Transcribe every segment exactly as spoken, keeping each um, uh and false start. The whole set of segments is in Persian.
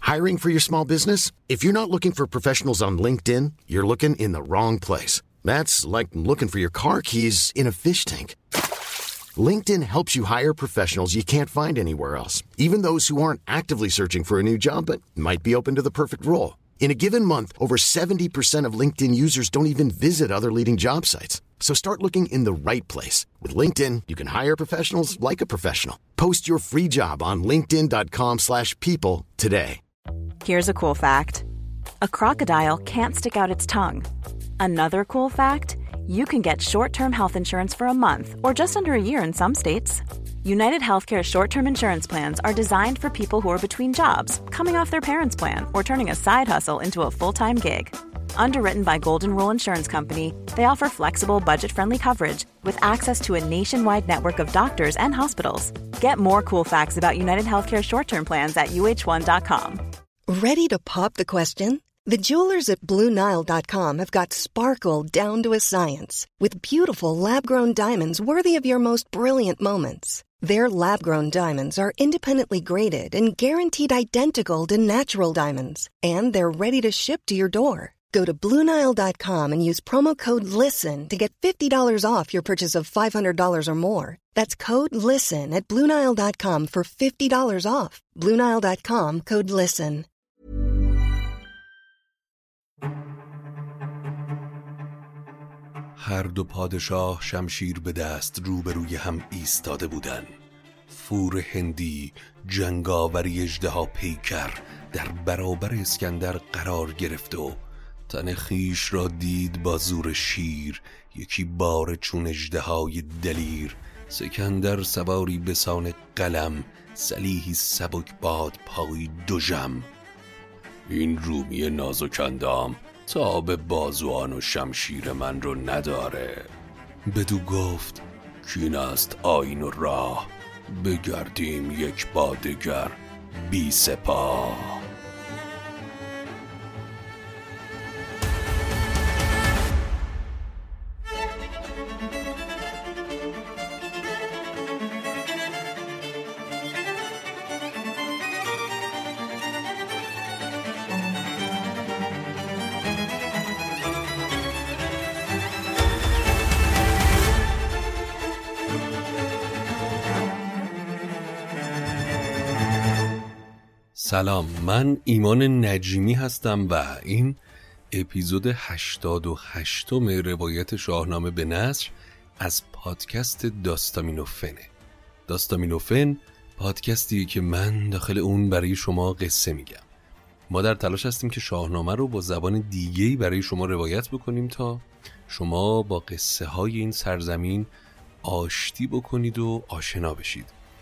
Hiring for your small business? If you're not looking for professionals on LinkedIn, you're looking in the wrong place. That's like looking for your car keys in a fish tank. LinkedIn helps you hire professionals you can't find anywhere else, even those who aren't actively searching for a new job but might be open to the perfect role. In a given month, over seventy percent of LinkedIn users don't even visit other leading job sites. So start looking in the right place. With LinkedIn, you can hire professionals like a professional. Post your free job on linkedin.com slash people today. Here's a cool fact. A crocodile can't stick out its tongue. Another cool fact, you can get short-term health insurance for a month or just under a year in some states. United Healthcare short-term insurance plans are designed for people who are between jobs, coming off their parents' plan, or turning a side hustle into a full-time gig. Underwritten by Golden Rule Insurance Company, they offer flexible, budget-friendly coverage with access to a nationwide network of doctors and hospitals. Get more cool facts about United Healthcare short-term plans at U H one dot com. Ready to pop the question? The jewelers at Blue Nile dot com have got sparkle down to a science with beautiful lab-grown diamonds worthy of your most brilliant moments. Their lab-grown diamonds are independently graded and guaranteed identical to natural diamonds, and they're ready to ship to your door. Go to Blue Nile dot com and use promo code LISTEN to get fifty dollars off your purchase of five hundred dollars or more. That's code LISTEN at Blue Nile dot com for fifty dollars off. Blue Nile dot com, code LISTEN. هر دو پادشاه شمشیر به دست روبروی هم ایستاده بودند. فور هندی جنگاوری اژدها پیکر در برابر اسکندر قرار گرفت و تن خیش را دید با زور شیر، یکی بار چون اژدهای دلیر. سکندر سواری بسان قلم، سلیحی سبک باد پای دژم. این رومی نازک اندام تاب بازوان و شمشیر من رو نداره. بدو گفت کین است آیین و راه، بگردیم یک با دگر بی سپاه. سلام، من ایمان نجیمی هستم و این اپیزود هشتاد و هشتم روایت شاهنامه به نثر از پادکست داستامینوفنه. داستامینوفن پادکستیه که من داخل اون برای شما قصه میگم. ما در تلاش هستیم که شاهنامه رو با زبان دیگه‌ای برای شما روایت بکنیم تا شما با قصه های این سرزمین آشتی بکنید و آشنا بشید.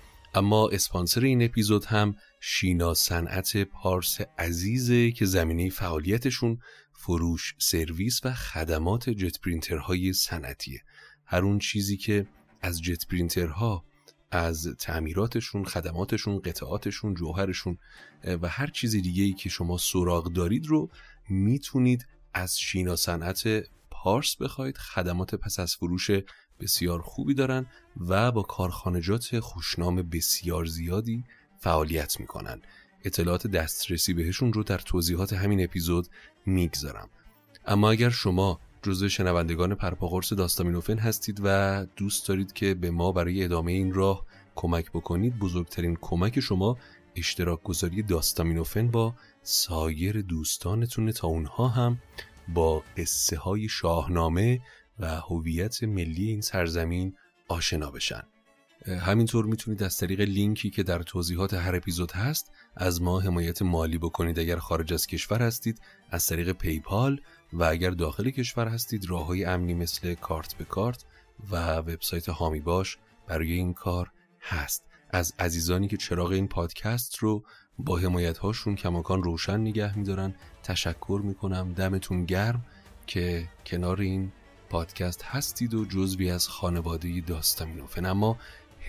اما اسپانسر این اپیزود هم شینا صنعت پارس عزیزه که زمینه فعالیتشون فروش، سرویس و خدمات جت پرینترهای صنعتیه. هر اون چیزی که از جت پرینترها، از تعمیراتشون، خدماتشون، قطعاتشون، جوهرشون و هر چیزی دیگه‌ای که شما سراغ دارید رو میتونید از شینا صنعت پارس بخواید. خدمات پس از فروش بسیار خوبی دارن و با کارخانجات خوشنام بسیار زیادی فعالیت میکنن. اطلاعات دسترسی بهشون رو در توضیحات همین اپیزود میگذارم. اما اگر شما جزو شنوندگان پرپاقرص داستامینوفن هستید و دوست دارید که به ما برای ادامه این راه کمک بکنید، بزرگترین کمک شما اشتراک گذاری داستامینوفن با سایر دوستانتونه تا اونها هم با قصه های شاهنامه و هویت ملی این سرزمین آشنا بشن. همینطور میتونید از طریق لینکی که در توضیحات هر اپیزود هست از ما حمایت مالی بکنید. اگر خارج از کشور هستید از طریق پیپال و اگر داخل کشور هستید راههای امنی مثل کارت به کارت و وبسایت هامی باش برای این کار هست. از عزیزانی که چراغ این پادکست رو با حمایت هاشون کماکان روشن نگه میدارن تشکر میکنم. دمتون گرم که کنار این پادکست هستید و جزوی از خانواده داستامینوفن. اما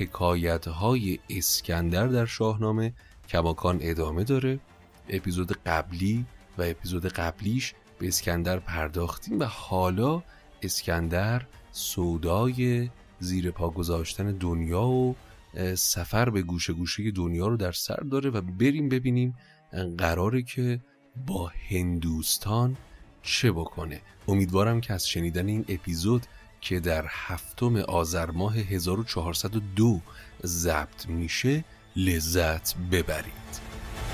حکایت‌های اسکندر در شاهنامه کماکان ادامه داره. اپیزود قبلی و اپیزود قبلیش به اسکندر پرداختیم و حالا اسکندر سودای زیر پا گذاشتن دنیا و سفر به گوشه گوشه دنیا رو در سر داره و بریم ببینیم قراره که با هندوستان چه بکنه. امیدوارم که از شنیدن این اپیزود که در هفتم آذر ماه هزار و چهارصد و دو ضبط میشه لذت ببرید.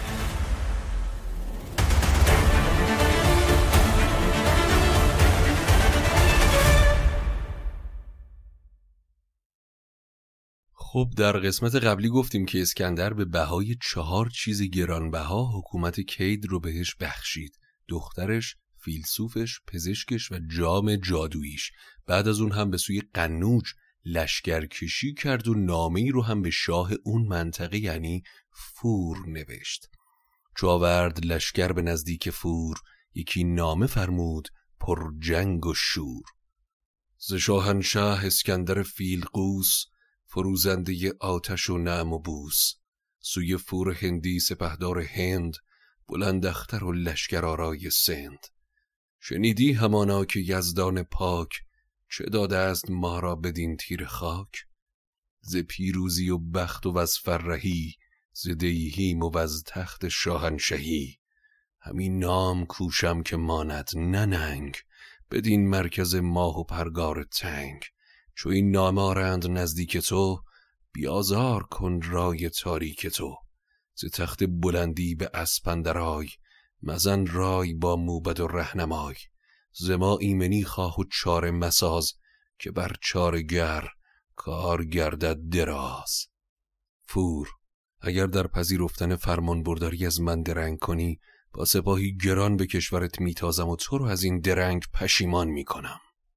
خب در قسمت قبلی گفتیم که اسکندر به بهای چهار چیز گرانبها حکومت کید رو بهش بخشید: دخترش، فیلسوفش، پزشکش و جام جادوییش. بعد از اون هم به سوی قنوج لشکرکشی کرد و نامه‌ای رو هم به شاه اون منطقه یعنی فور نوشت. چو آورد لشکر به نزدیک فور، یکی نامه فرمود پر جنگ و شور. ز شاهنشاه اسکندر فیلقوس، فروزنده آتش و نعم و بوس. سوی فور هندی سپهدار هند، بلند اختر و لشکر آرای سند. شنیدی همانا که یزدان پاک، چه داده است ما را بدین تیر خاک؟ ز پیروزی و بخت و از فرهی، ز دیهیم و از تخت شاهنشهی. همین نام کوشم که ماند نننگ، بدین مرکز ماه و پرگار تنگ. چو این نام آرند نزدیک تو، بیازار کن رای تاریک تو. ز تخت بلندی به اسپ اندرآی، مزن رای با موبد و رهنمای. ز ما ایمنی خواه و چاره مساز، که بر چاره گر کار گردد دراز. فور، اگر در پذیرفتن فرمان برداری از من درنگ کنی، با سپاهی گران به کشورت میتازم و تو رو از این درنگ پشیمان میکنم.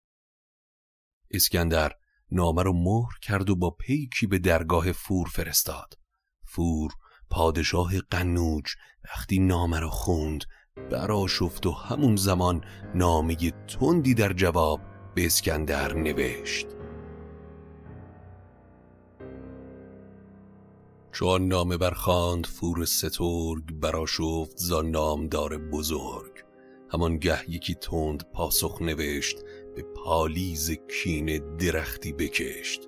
اسکندر نامه رو مهر کرد و با پیکی به درگاه فور فرستاد. فور پادشاه قنوج وقتی نامه رو خوند برآشفت و همون زمان نامه تندی در جواب به اسکندر نوشت. چون نامه برخواند فور سترگ، برآشفت زان نامدار بزرگ. همان گه یکی تند پاسخ نوشت، به پالیز کین درختی بکشت.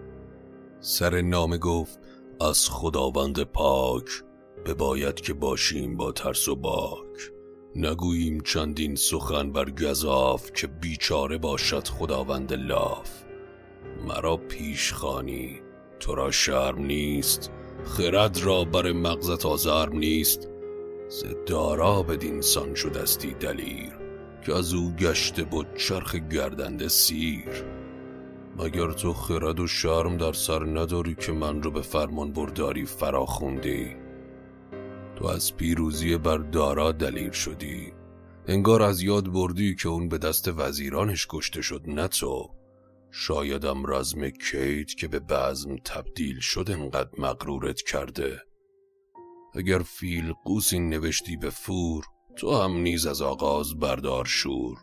سر نامه گفت از خداوند پاک، بباید که باشیم با ترس و باک. نگوییم چندین سخن بر گزاف، که بیچاره باشد خداوند لاف. مرا پیش خوانی تو را شرم نیست، خرد را بر مغزت آزرم نیست. ز دارا بدین سان شدستی دلیر، که از او گشته بود چرخ گردنده سیر. مگر تو خرد و شرم در سر نداری که من رو به فرمان برداری فرا خوندی؟ تو از پیروزی بر دارا دلیر شدی، انگار از یاد بردی که اون به دست وزیرانش کشته شد نه تو. شایدم رزم کید که به بزم تبدیل شد انقدر مغرورت کرده. اگر فیلقوس این نوشتی به فور، تو هم نیز از آغاز بردار شور.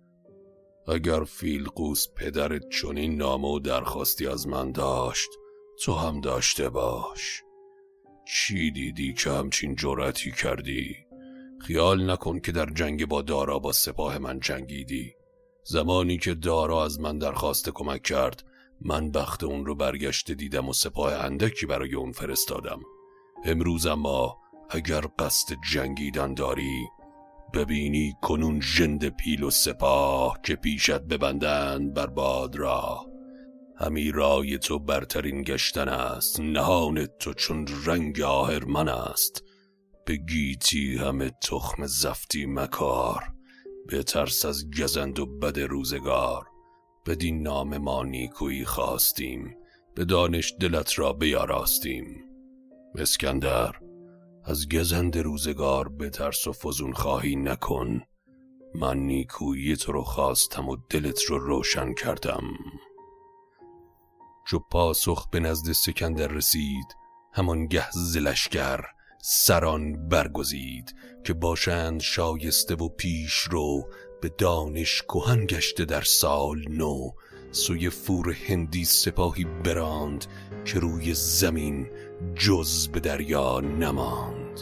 اگر فیلقوس پدرت چنین نامه و درخواستی از من داشت، تو هم داشته باش. چی دیدی که همچین جرأتی کردی؟ خیال نکن که در جنگ با دارا با سپاه من جنگیدی. زمانی که دارا از من درخواست کمک کرد، من بخت اون رو برگشته دیدم و سپاه اندکی برای اون فرستادم. امروز اما اگر قصد جنگیدن داری، ببینی کنون ژنده پیل و سپاه که پیشت ببندند بر باد راه. همی رای تو برترین گشتن است، نهان تو چون رنگ آهرمن است. به گیتی همه تخم زفتی مکار، به ترس از گزند و بد روزگار. بدین نام ما نیکویی خواستیم، به دانش دلت را بیاراستیم. اسکندر، از گزند روزگار به ترس و فزون خواهی نکن. من نیکویی تو رو خواستم و دلت رو روشن کردم. چو پاسخ به نزد اسکندر رسید، همان گه ز لشکر سران برگزید. که باشند شایسته و پیش رو، به دانش کهن گشته در سال نو. سوی فور هندی سپاهی براند، که روی زمین جز به دریا نماند.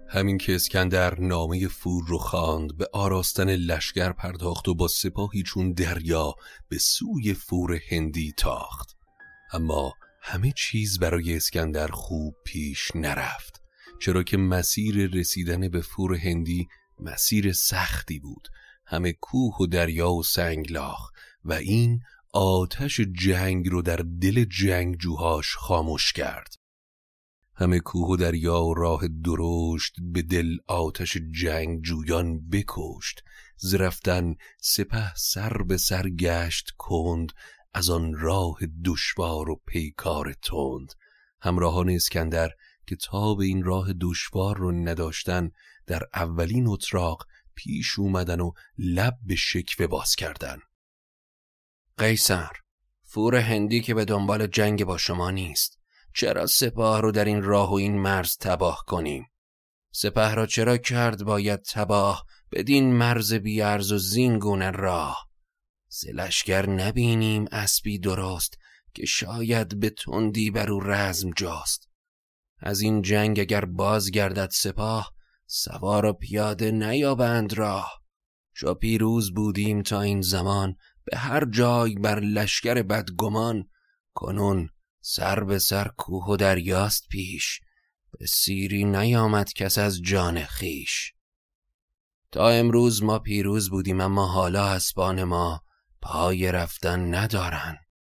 همین که اسکندر نامه فور رو خواند، به آراستن لشکر پرداخت و با سپاهی چون دریا به سوی فور هندی تاخت. اما همه چیز برای اسکندر خوب پیش نرفت، چرا که مسیر رسیدن به فور هندی مسیر سختی بود. همه کوه و دریا و سنگلاخ و این آتش جنگ رو در دل جنگجوهاش خاموش کرد. همه کوه و دریا و راه درشت به دل آتش جنگجویان بکشت. ز رفتن سپه سر به سر گشت کند، از آن راه دشوار و پیکار تند. همراهان اسکندر که تاب این راه دشوار رو نداشتن، در اولین اتراق پیش اومدن و لب به شکوه باز کردن. قیصر، فور هندی که به دنبال جنگ با شما نیست. چرا سپاه رو در این راه و این مرز تباه کنیم؟ سپاه را چرا کرد باید تباه بدین مرز بیارز و زینگونه راه؟ ز لشکر نبینیم اسبی درست، که شاید به تندی بر او رزم جاست. از این جنگ اگر باز گردد سپاه، سوار و پیاده نیابند راه. چو پیروز بودیم تا این زمان، به هر جای بر لشکر بدگمان. کنون سر به سر کوه و دریاست پیش، به سیری نیامد کس از جان خیش. تا امروز ما پیروز بودیم، اما حالا اسبان ما پای رفتن ندارن.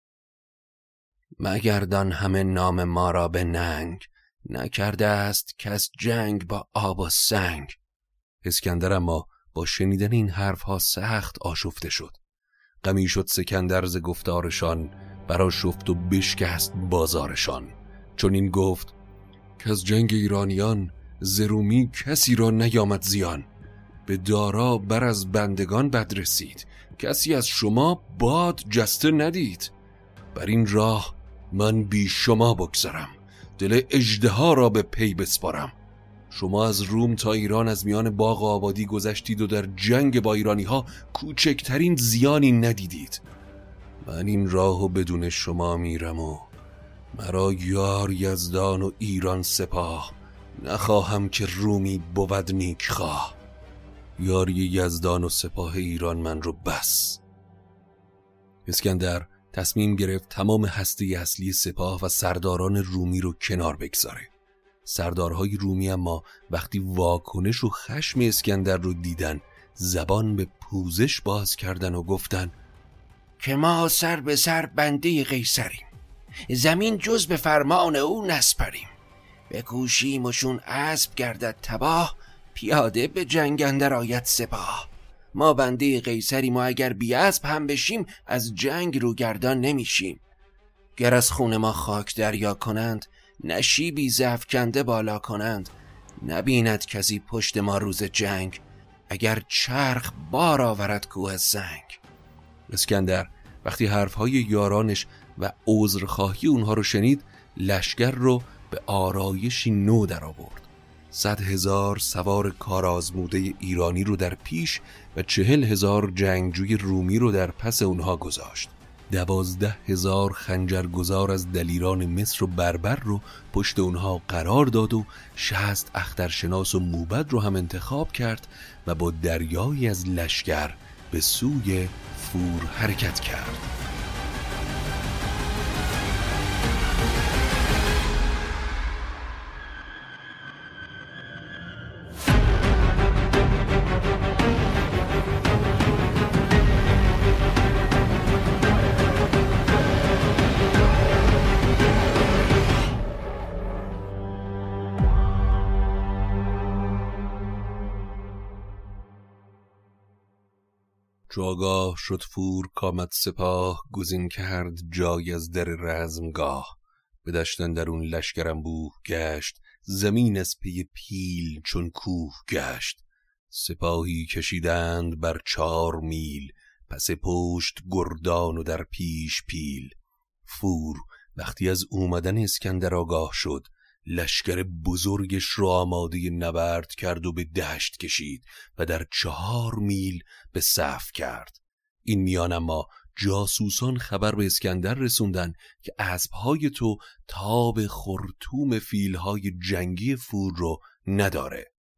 مگردان همه نام ما را به ننگ، نکرده است کس جنگ با آب و سنگ. اسکندر اما با شنیدن این حرفها سخت آشفته شد. غمی شد سکندر ز گفتارشان، برا شفت و بشکست بازارشان. چون این گفت که از جنگ ایرانیان، ز رومی کسی را نیامد زیان. به دارا بر از بندگان بد رسید، کسی از شما باد جسته ندید. بر این راه من بی شما بگذرم، دل اژدها را به پی بسپارم. شما از روم تا ایران از میان باغ و آبادی گذشتید و در جنگ با ایرانی ها کوچکترین زیانی ندیدید. من این راهو بدون شما میرم و مرا یار یزدان و ایران سپاه. نخواهم که رومی بود نیک خواه، یاری یزدان و سپاه ایران من رو بس. اسکندر تصمیم گرفت تمام هسته اصلی سپاه و سرداران رومی رو کنار بگذاره. سردارهای رومی اما وقتی واکنش و خشم اسکندر رو دیدن، زبان به پوزش باز کردن و گفتن که ما سر به سر بنده قیصریم، زمین جز به فرمان او نسپریم. بکوشیم و چون اسب گردد تباه، پیاده به جنگ اندر آید سپاه. ما بنده قیصریم و اگر بی اسب هم بشیم، از جنگ رو گردان نمیشیم. گر از خون ما خاک دریا کنند، نشیبی زفکنده بالا کنند. نبیند کسی پشت ما روز جنگ، اگر چرخ بار آورد کوه سنگ. اسکندر وقتی حرفهای یارانش و عذرخواهی اونها رو شنید، لشکر رو به آرایشی نو در آورد. صد هزار سوار کارآزموده ایرانی رو در پیش و چهل هزار جنگجوی رومی رو در پس اونها گذاشت. دوازده هزار خنجرگزار از دلیران مصر و بربر رو پشت اونها قرار داد و شصت اخترشناس و موبد رو هم انتخاب کرد و با دریایی از لشکر به سوی فور حرکت کرد. چو آگاه شد فور کامد سپاه، گزین کرد جای از در رزمگاه. به دشت اندرون لشکر انبوه گشت، زمین از پی پیل چون کوه گشت. سپاهی کشیدند بر چار میل، پس پشت گردان و در پیش پیل. فور وقتی از اومدن اسکندر آگاه شد، لشکر بزرگش رو آماده نبرد کرد و به دشت کشید و در چهار میل به صف کرد. این میان اما جاسوسان خبر به اسکندر رسوندن که اسبهای تو تاب خرطوم فیلهای جنگی فور رو نداره.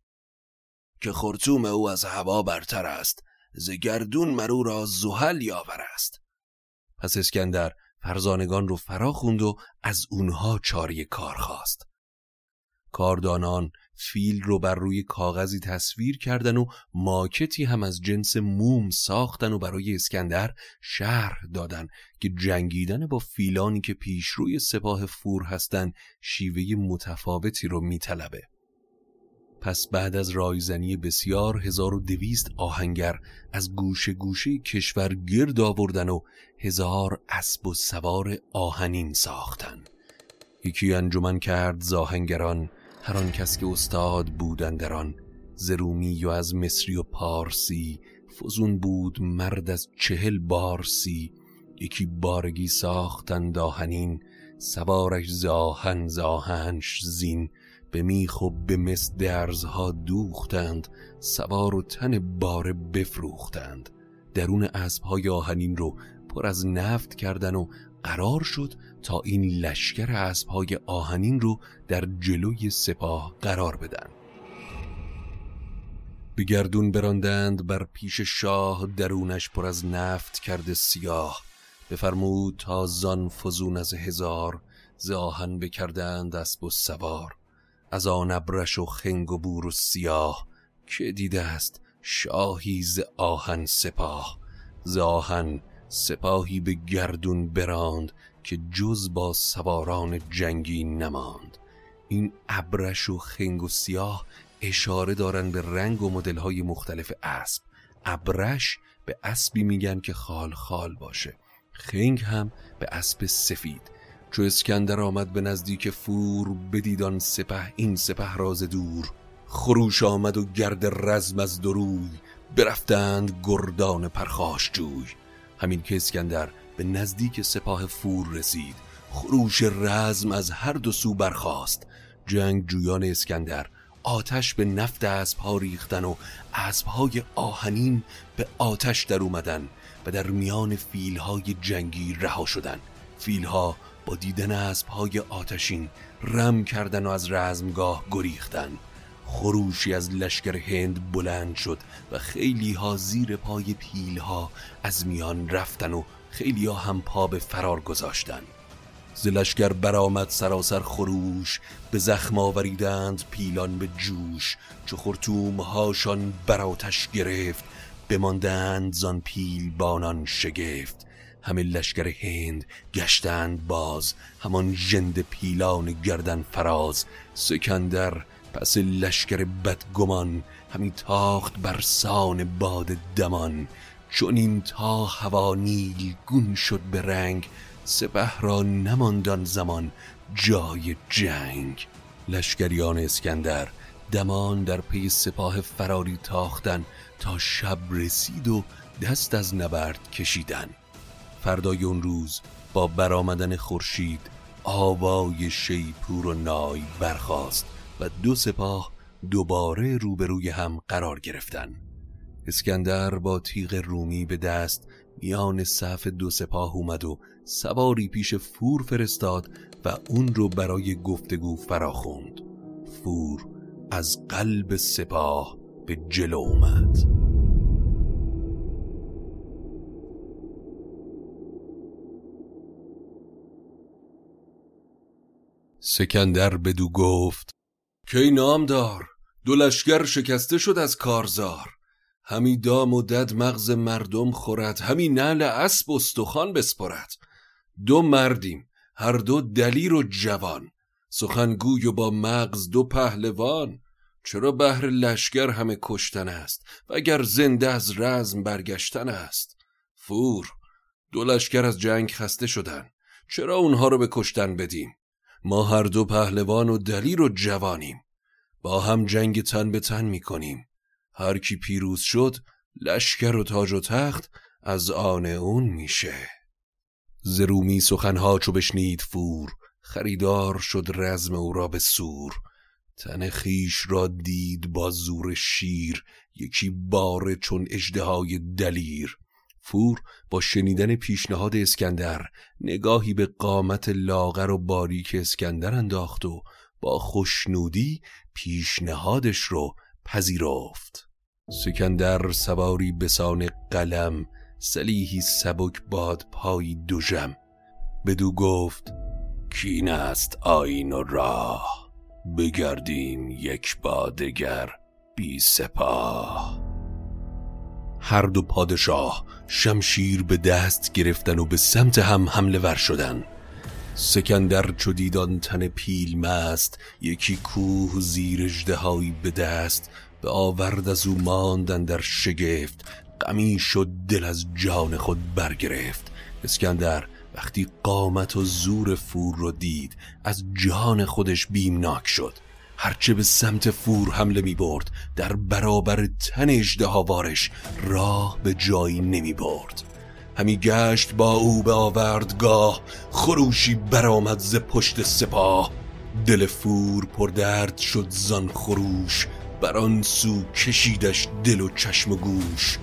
که خرطوم او از هوا برتر است، ز گردون مرو را زحل یاور است. پس اسکندر فرزانگان رو فرا خوند و از اونها چاره کار خواست. کاردانان فیل رو بر روی کاغذی تصویر کردن و ماکتی هم از جنس موم ساختن و برای اسکندر شرح دادن که جنگیدن با فیلانی که پیش روی سپاه فور هستن شیوه متفاوتی رو میطلبه. پس بعد از رایزنی بسیار هزار و دویست آهنگر از گوشه گوشه کشور گرد آوردن و هزار اسب و سوار آهنین ساختن. یکی انجمن کرد ز آهنگران، هر آن کس که استاد بودن در آن. ز رومی و از مصری و پارسی، فزون بود مرد از چهل بارسی. یکی بارگی ساختند آهنین، سوارش ز آهن ز آهنش زین. به میخ و به مس درزها دوختند، سوار و تن باره بفروختند. درون اسبهای آهنین رو پر از نفت کردن و قرار شد تا این لشکر اسبهای آهنین رو در جلوی سپاه قرار بدن. به گردون براندند بر پیش شاه، درونش پر از نفت کرده سیاه. بفرمود تا زان فزون از هزار، ز آهن بکردند اسب و سوار. از آن ابرش و خنگ و بور و سیاه، که دیده است شاهی ز آهن سپاه. ز آهن سپاهی به گردون براند، که جز با سواران جنگی نماند. این ابرش و خنگ و سیاه اشاره دارن به رنگ و مدل‌های مختلف اسب. ابرش به اسبی میگن که خال خال باشه، خنگ هم به اسب سفید. چو اسکندر آمد به نزدیک فور، بدیدان سپه این سپه راز دور. خروش آمد و گرد رزم از دروی، برفتند گردان پرخاش جوی. همین که اسکندر به نزدیک سپاه فور رسید، خروش رزم از هر دو سو برخاست. جنگ جویان اسکندر آتش به نفت اسبها ریختن و اسبهای آهنین به آتش در اومدن و در میان فیلهای جنگی رها شدن. فیلها با دیدن اسبهای آتشین رم کردن و از رزمگاه گریختن. خروشی از لشکر هند بلند شد و خیلی ها زیر پای پیل ها از میان رفتن و خیلی ها هم پا به فرار گذاشتن. ز لشکر برآمد سراسر خروش، به زخم آوریدند پیلان به جوش. چو خرطوم هاشان بر آتش گرفت، بماندند زان پیل بانان شگفت. همه لشکر هند گشتند باز، همان ژنده پیلان گردن فراز. سکندر پس لشکر بدگمان، همی تاخت بر سان باد دمان. چون این تا هوا نیلگون شد به رنگ، سپه را نماندان زمان جای جنگ. لشکریان اسکندر دمان در پی سپاه فراری تاختن، تا شب رسید و دست از نبرد کشیدن. فردای اون روز با برآمدن خورشید، آوای شیپور و نای برخاست و دو سپاه دوباره روبروی هم قرار گرفتن. اسکندر با تیغ رومی به دست میان صف دو سپاه اومد و سواری پیش فور فرستاد و اون رو برای گفتگو فراخوند. فور از قلب سپاه به جلو اومد. سکندر بدو گفت کی نامدار، دو لشکر شکسته شد از کارزار. همی دام و دد مغز مردم خورد، همی نعل اسب استخوان بسپرد. دو مردیم هر دو دلیر و جوان، سخنگوی و با مغز دو پهلوان. چرا بهر لشکر همه کشتن است، و اگر زنده از رزم برگشتن است. فور دو لشکر از جنگ خسته شدن، چرا اونها رو به کشتن بدیم؟ ما هر دو پهلوان و دلیر و جوانیم، با هم جنگ تن به تن می کنیم. هر کی پیروز شد لشکر و تاج و تخت از آن اون میشه. ز رومی سخنها چو بشنید فور، خریدار شد رزم او را به سور. تن خیش را دید با زور شیر، یکی باره چون اژدهای دلیر. فور با شنیدن پیشنهاد اسکندر نگاهی به قامت لاغر و باریک اسکندر انداخت و با خوشنودی پیشنهادش رو پذیرفت. سکندر سواری بسان قلم، سلیحی سبک باد پای دوژم. بدو گفت کین است آیین و راه، بگردیم یک با دگر بی سپاه. هر دو پادشاه شمشیر به دست گرفتن و به سمت هم حمله ور شدن. سکندر چو دید آن تن پیلمست، یکی کوه زیر اژدهایی به دست. به آورد از او ماندن در شگفت، غمی شد دل از جان خود برگرفت. اسکندر وقتی قامت و زور فور رو دید، از جان خودش بیمناک شد. هرچه به سمت فور حمله می برد، در برابر تن اژدهاوارش راه به جایی نمی برد. همی گشت با او به آوردگاه، خروشی برآمد ز پشت سپاه. دل فور پر درد شد زان خروش، بر آن سو کشیدش دل و چشم و گوش.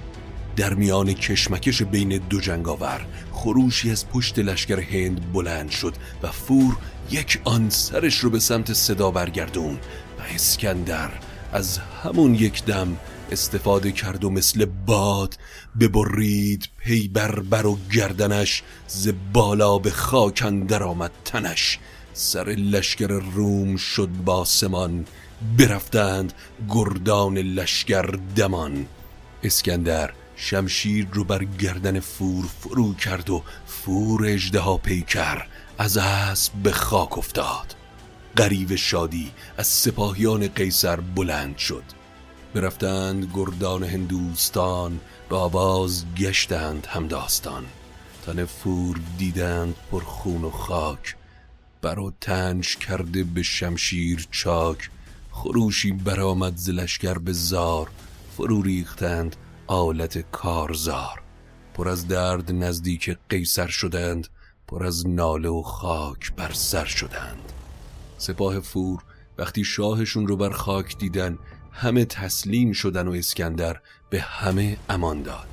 در میان کشمکش بین دو جنگاور، خروشی از پشت لشکر هند بلند شد و فور یک آن سرش رو به سمت صدا برگردون و اسکندر از همون یک دم استفاده کرد و مثل باد ببرید پی بر بر و گردنش، ز بالا به خاک اندر آمد تنش. سر لشکر روم شد باسمان، برفتند گردان لشکر دمان. اسکندر شمشیر رو بر گردن فور فرو کرد و فور اژدها پیکر از اسب به خاک افتاد. غریو شادی از سپاهیان قیصر بلند شد. برفتند گردان هندوستان، به آواز گشتند همداستان. تن فور دیدند پر خون و خاک، بر و تنش کرده به شمشیر چاک. خروشی برآمد ز لشکر به زار، فرو ریختند آلت کارزار. پر از درد نزدیک قیصر شدند، پر از ناله و خاک بر سر شدند. سپاه فور وقتی شاهشون رو بر خاک دیدن، همه تسلیم شدن و اسکندر به همه امان داد.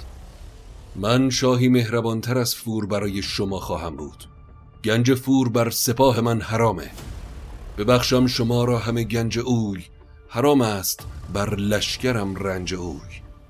من شاهی مهربانتر از فور برای شما خواهم بود. گنج فور بر سپاه من حرامه. ببخشم شما را همه گنج اوی، حرام است بر لشکرم رنج اوی.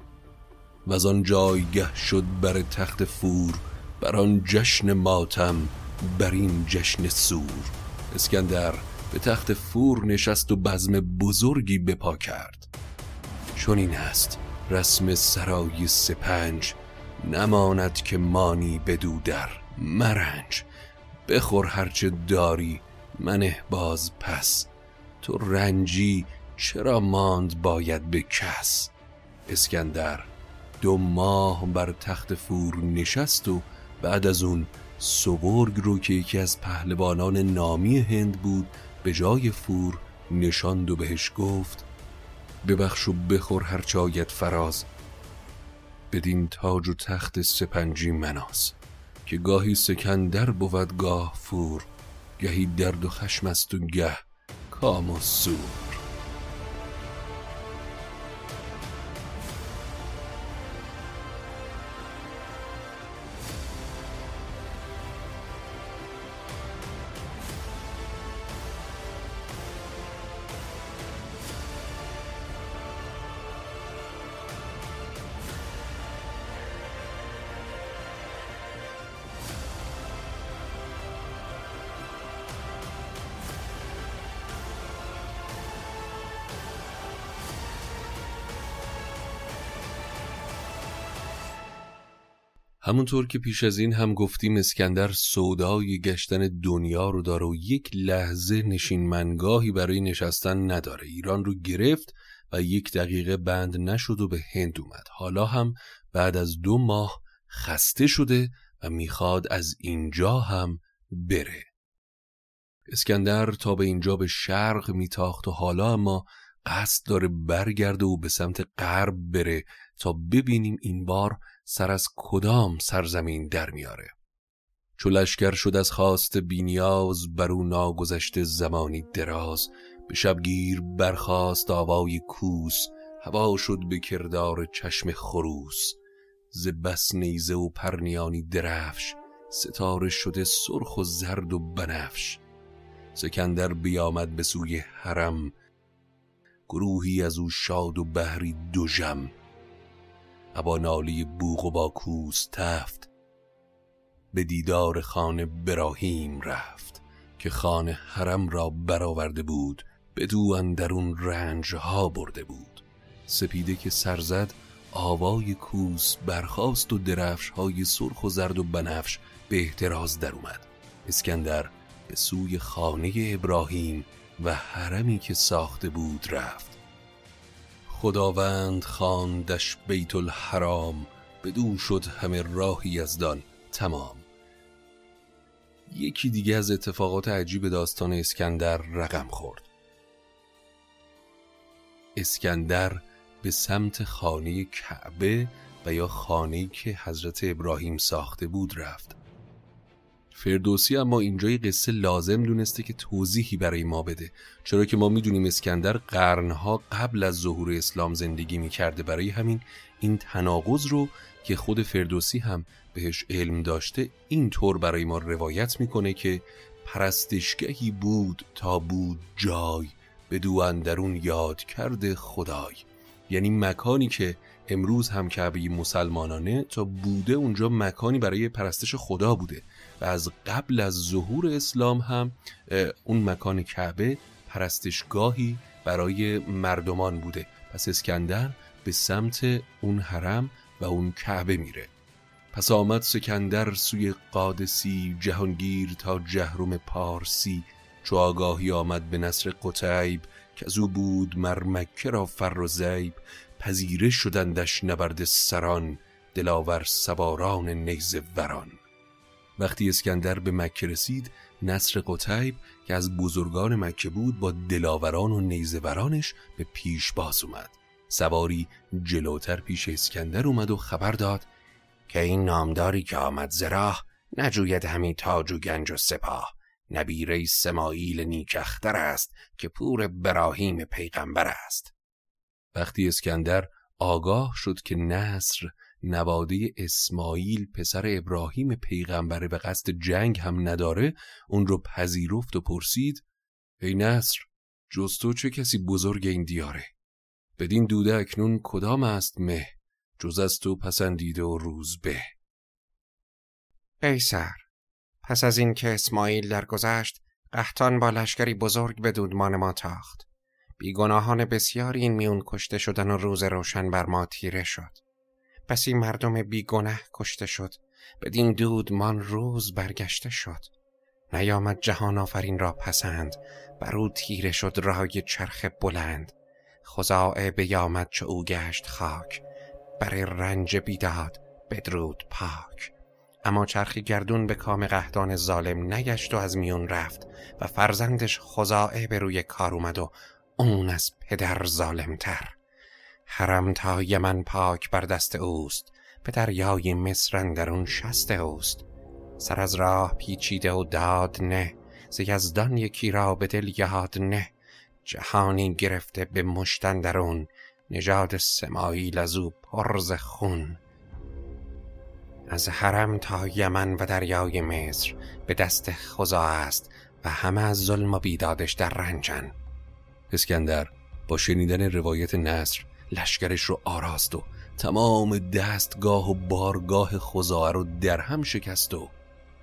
و از آن جایگه شد بر تخت فور، بر آن جشن ماتم بر این جشن سور. اسکندر به تخت فور نشست و بزم بزرگی بپا کرد. چون این است رسم سرای سپنج، نماند که مانی بدو در مرنج. بخور هرچه داری منه باز پس، تو رنجی چرا ماند باید به کس. اسکندر دو ماه بر تخت فور نشست و بعد از اون سوبرگ رو که یکی از پهلوانان نامی هند بود به جای فور نشاند و بهش گفت ببخش و بخور هر چایت فراز، بدین تاج و تخت سپنجی مناز. که گاهی سکندر بود گاه فور، گهی درد و خشم است و گه کام و سور. همونطور که پیش از این هم گفتیم اسکندر سودای گشتن دنیا رو داره و یک لحظه نشین منگاهی برای نشستن نداره. ایران رو گرفت و یک دقیقه بند نشد و به هند اومد. حالا هم بعد از دو ماه خسته شده و میخواد از اینجا هم بره. اسکندر تا به اینجا به شرق میتاخت و حالا اما قصد داره برگرده و به سمت غرب بره تا ببینیم این بار سر از کدام سرزمین در میاره. چو لشکر شد از خواست بینیاز، برو ناگذشته زمانی دراز. به شبگیر برخاست آوای کوس، هوا شد به کردار چشم خروس. ز بس نیزه و پرنیانی درفش، ستاره شده سرخ و زرد و بنفش. سکندر بیامد به سوی حرم، گروهی از او شاد و بحری دوژم. ابا نالی بوق و با کوس تفت، به دیدار خان براهیم رفت. که خان حرم را برآورده بود، بدو اندرون رنج ها برده بود. سپیده که سر زد آوای کوس برخاست و درفش های سرخ و زرد و بنفش به احتراز در اومد. اسکندر به سوی خانه ابراهیم و حرمی که ساخته بود رفت. خداوند خواندش بیت الحرام، بدو شد همه راه یزدان تمام. یکی دیگه از اتفاقات عجیب داستان اسکندر رقم خورد. اسکندر به سمت خانه کعبه و یا خانه‌ای که حضرت ابراهیم ساخته بود رفت. فردوسی اما اینجای قصه لازم دونسته که توضیحی برای ما بده، چرا که ما میدونیم اسکندر قرنها قبل از ظهور اسلام زندگی میکرده. برای همین این تناقض رو که خود فردوسی هم بهش علم داشته اینطور برای ما روایت میکنه که پرستشگهی بود تا بود جای، بدو اندرون یاد کرده خدای. یعنی مکانی که امروز هم کعبه مسلمانانه تا بوده اونجا مکانی برای پرستش خدا بوده و از قبل از ظهور اسلام هم اون مکان کعبه پرستشگاهی برای مردمان بوده. پس اسکندر به سمت اون حرم و اون کعبه میره. پس آمد سکندر سوی قادسی، جهانگیر تا جهرم پارسی. چو آگاهی آمد به نصر قتیب، که از او بود مر مکه را فر و زیب. پذیره شدندش نبرد سران، دلاور سواران نیزه وران. وقتی اسکندر به مکه رسید، نصر قتیب که از بزرگان مکه بود با دلاوران و نیزه ورانش به پیش باز اومد. سواری جلوتر پیش اسکندر اومد و خبر داد که این نامداری که آمد ز راه، نجوید همی تاج و گنج و سپاه. نبیره سماییل نیکختر است، که پور براهیم پیغمبر است. وقتی اسکندر آگاه شد که نصر نواده اسماعیل پسر ابراهیم پیغمبره و قصد جنگ هم نداره، اون رو پذیرفت و پرسید: ای نصر، جز تو چه کسی بزرگ این دیاره؟ بدین دوده اکنون کدام است مه؟ جز از تو پسندیده و روز به. قیصر، پس از این که اسماعیل درگذشت، قحطان با لشکری بزرگ به دودمان ما تاخت. بیگناهان بسیاری این میون کشته شدن و روز روشن بر ما تیره شد. بسی مردم بیگناه کشته شد، بدین دودمان روز برگشته شد. نیامد جهان آفرین را پسند، بر او تیره شد رای چرخ بلند. خزاعه بیامد چو او گشت خاک، برای رنج بیداد بدرود پاک. اما چرخی گردون به کام قحطان ظالم نگشت و از میون رفت و فرزندش خزاعه به روی کار اومد و اون از پدر ظالمتر. حرم تا یمن پاک بر دست اوست، به دریای مصر اندرون شست اوست. سر از راه پیچیده و داد نه، ز یزدان یکی را به دل یاد نه. جهانی گرفته به مشت اندرون، نژاد سماییل از او پر ز خون. از حرم تا یمن و دریای مصر، به دست خدا است و همه از ظلم و بیدادش در رنجن. اسکندر با شنیدن روایت نصر لشکرش رو آراست و تمام دستگاه و بارگاه خزاعه رو در هم شکست و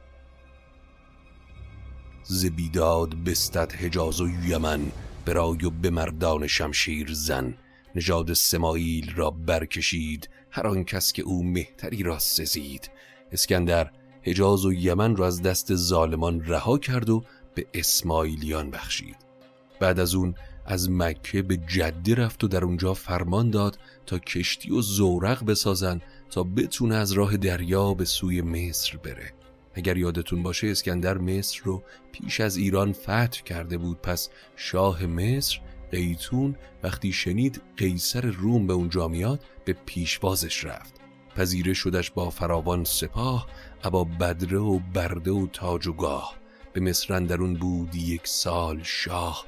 ز بیداد بستد حجاز و یمن، برای و به مردان شمشیر زن. نژاد سماییل را برکشید، هر آن کس که او مهتری را سزید. اسکندر حجاز و یمن را از دست ظالمان رها کرد و به اسماعیلیان بخشید. بعد از اون از مکه به جده رفت و در اونجا فرمان داد تا کشتی و زورق بسازن تا بتونه از راه دریا به سوی مصر بره. اگر یادتون باشه اسکندر مصر رو پیش از ایران فتح کرده بود. پس شاه مصر قیتون وقتی شنید قیصر روم به اونجا میاد به پیشوازش رفت. پذیره شدش با فراوان سپاه، ابا بدره و برده و تاج و گاه. به مصر اندرون بود یک سال شاه،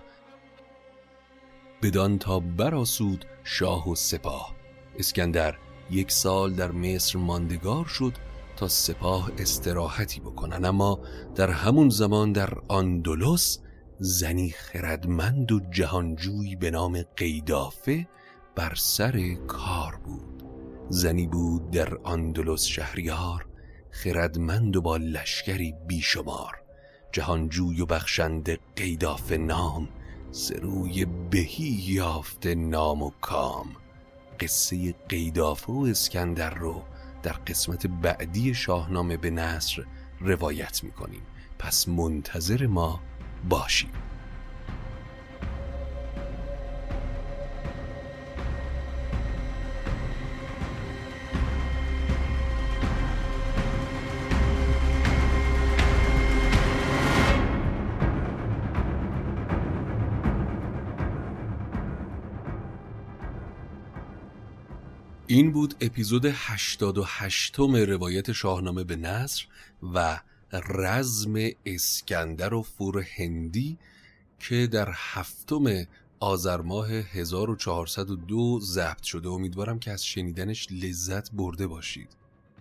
بدان تا برآسود شاه و سپاه. اسکندر یک سال در مصر ماندگار شد تا سپاه استراحتی بکنن. اما در همون زمان در اندلس زنی خردمند و جهانجوی به نام قیدافه بر سر کار بود. زنی بود در اندلس شهریار، خردمند و با لشکری بیشمار. جهانجوی و بخشنده قیدافه نام، سروی بهی یافته نام و کام. قصه قیدافه و اسکندر رو در قسمت بعدی شاهنامه به نثر روایت میکنیم، پس منتظر ما باشید. این بود اپیزود هشتاد و هشتم روایت شاهنامه به نثر و رزم اسکندر و فور هندی که در هفتم آذر ماه هزار و چهارصد و دو ضبط شده. امیدوارم که از شنیدنش لذت برده باشید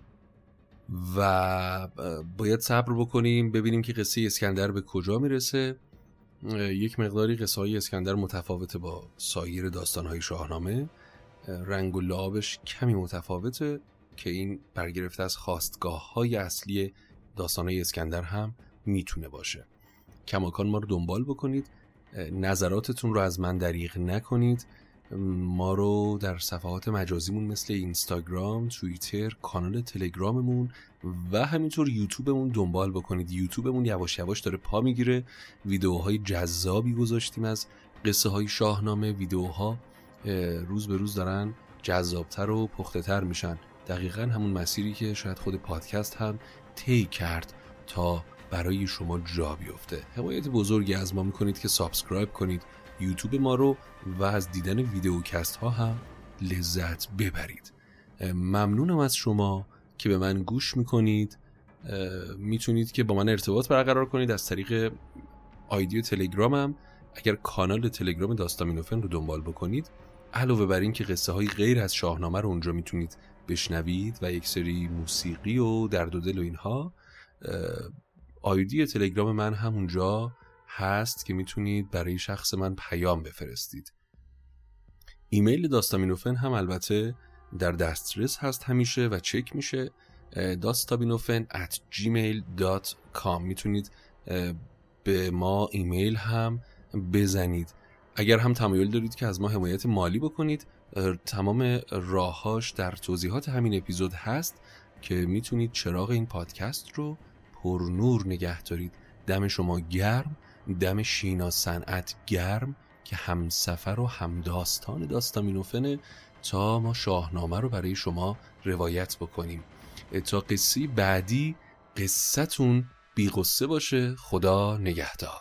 و باید صبر بکنیم ببینیم که قصه اسکندر به کجا میرسه. یک مقداری قصه های اسکندر متفاوته با سایر داستانهای شاهنامه، رنگ و لعابش کمی متفاوته که این برگرفته از خواستگاه های اصلی داستانهای اسکندر هم میتونه باشه. کماکان ما رو دنبال بکنید، نظراتتون رو از من دریغ نکنید. ما رو در صفحات مجازیمون مثل اینستاگرام، توییتر، کانال تلگراممون و همینطور یوتیوبمون دنبال بکنید. یوتیوبمون یواش یواش داره پا میگیره، ویدیوهای جذابی گذاشتیم از قصه های شاهنامه. ویدیوها روز به روز دارن جذابتر و پخته‌تر میشن، دقیقاً همون مسیری که شاید خود پادکست هم طی کرد تا برای شما جا بیفته. حمایت بزرگی از ما میکنید که سابسکرایب کنید یوتیوب ما رو و از دیدن ویدیوکست ها هم لذت ببرید. ممنونم از شما که به من گوش میکنید. میتونید که با من ارتباط برقرار کنید از طریق آیدی تلگرامم. اگر کانال تلگرام داستامینوفن رو دنبال بکنید، علاوه بر این که قصه های غیر از شاهنامه رو اونجا میتونید بشنوید و یک سری موسیقی و درد و دل و اینها، آیدی تلگرام من هم اونجا هست که میتونید برای شخص من پیام بفرستید. ایمیل داستامینوفن هم البته در دسترس هست همیشه و چک میشه، داستامینوفن ات جیمیل دات کام. میتونید به ما ایمیل هم بزنید. اگر هم تمایل دارید که از ما حمایت مالی بکنید، تمام راههاش در توضیحات همین اپیزود هست که میتونید چراغ این پادکست رو پر نور نگه دارید. دم شما گرم، دم شینا صنعت گرم که همسفر و همداستان داستامینوفنه تا ما شاهنامه رو برای شما روایت بکنیم. تا قصه بعدی قصتون بی قصه باشه. خدا نگهدار.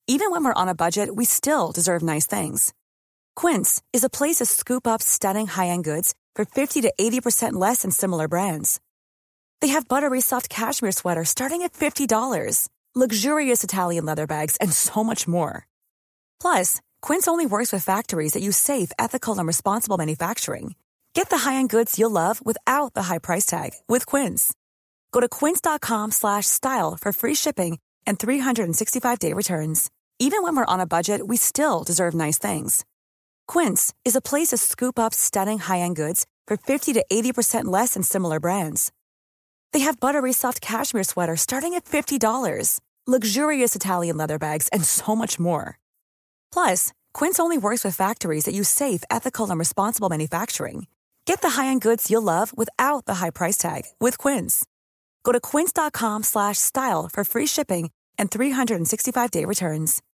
Even when we're on a budget, we still deserve nice things. Quince is a place to scoop up stunning high-end goods for fifty to eighty percent less than similar brands. They have buttery soft cashmere sweaters starting at fifty dollars, luxurious Italian leather bags, and so much more. Plus, Quince only works with factories that use safe, ethical, and responsible manufacturing. Get the high-end goods you'll love without the high price tag with Quince. Go to quince.com slash style for free shipping and three sixty-five day returns. Even when we're on a budget, we still deserve nice things. Quince is a place to scoop up stunning high-end goods for fifty to eighty percent less than similar brands. They have buttery soft cashmere sweaters starting at fifty dollars, luxurious Italian leather bags, and so much more. Plus, Quince only works with factories that use safe, ethical, and responsible manufacturing. Get the high-end goods you'll love without the high price tag with Quince. Go to quince.com slash style for free shipping and three sixty-five day returns.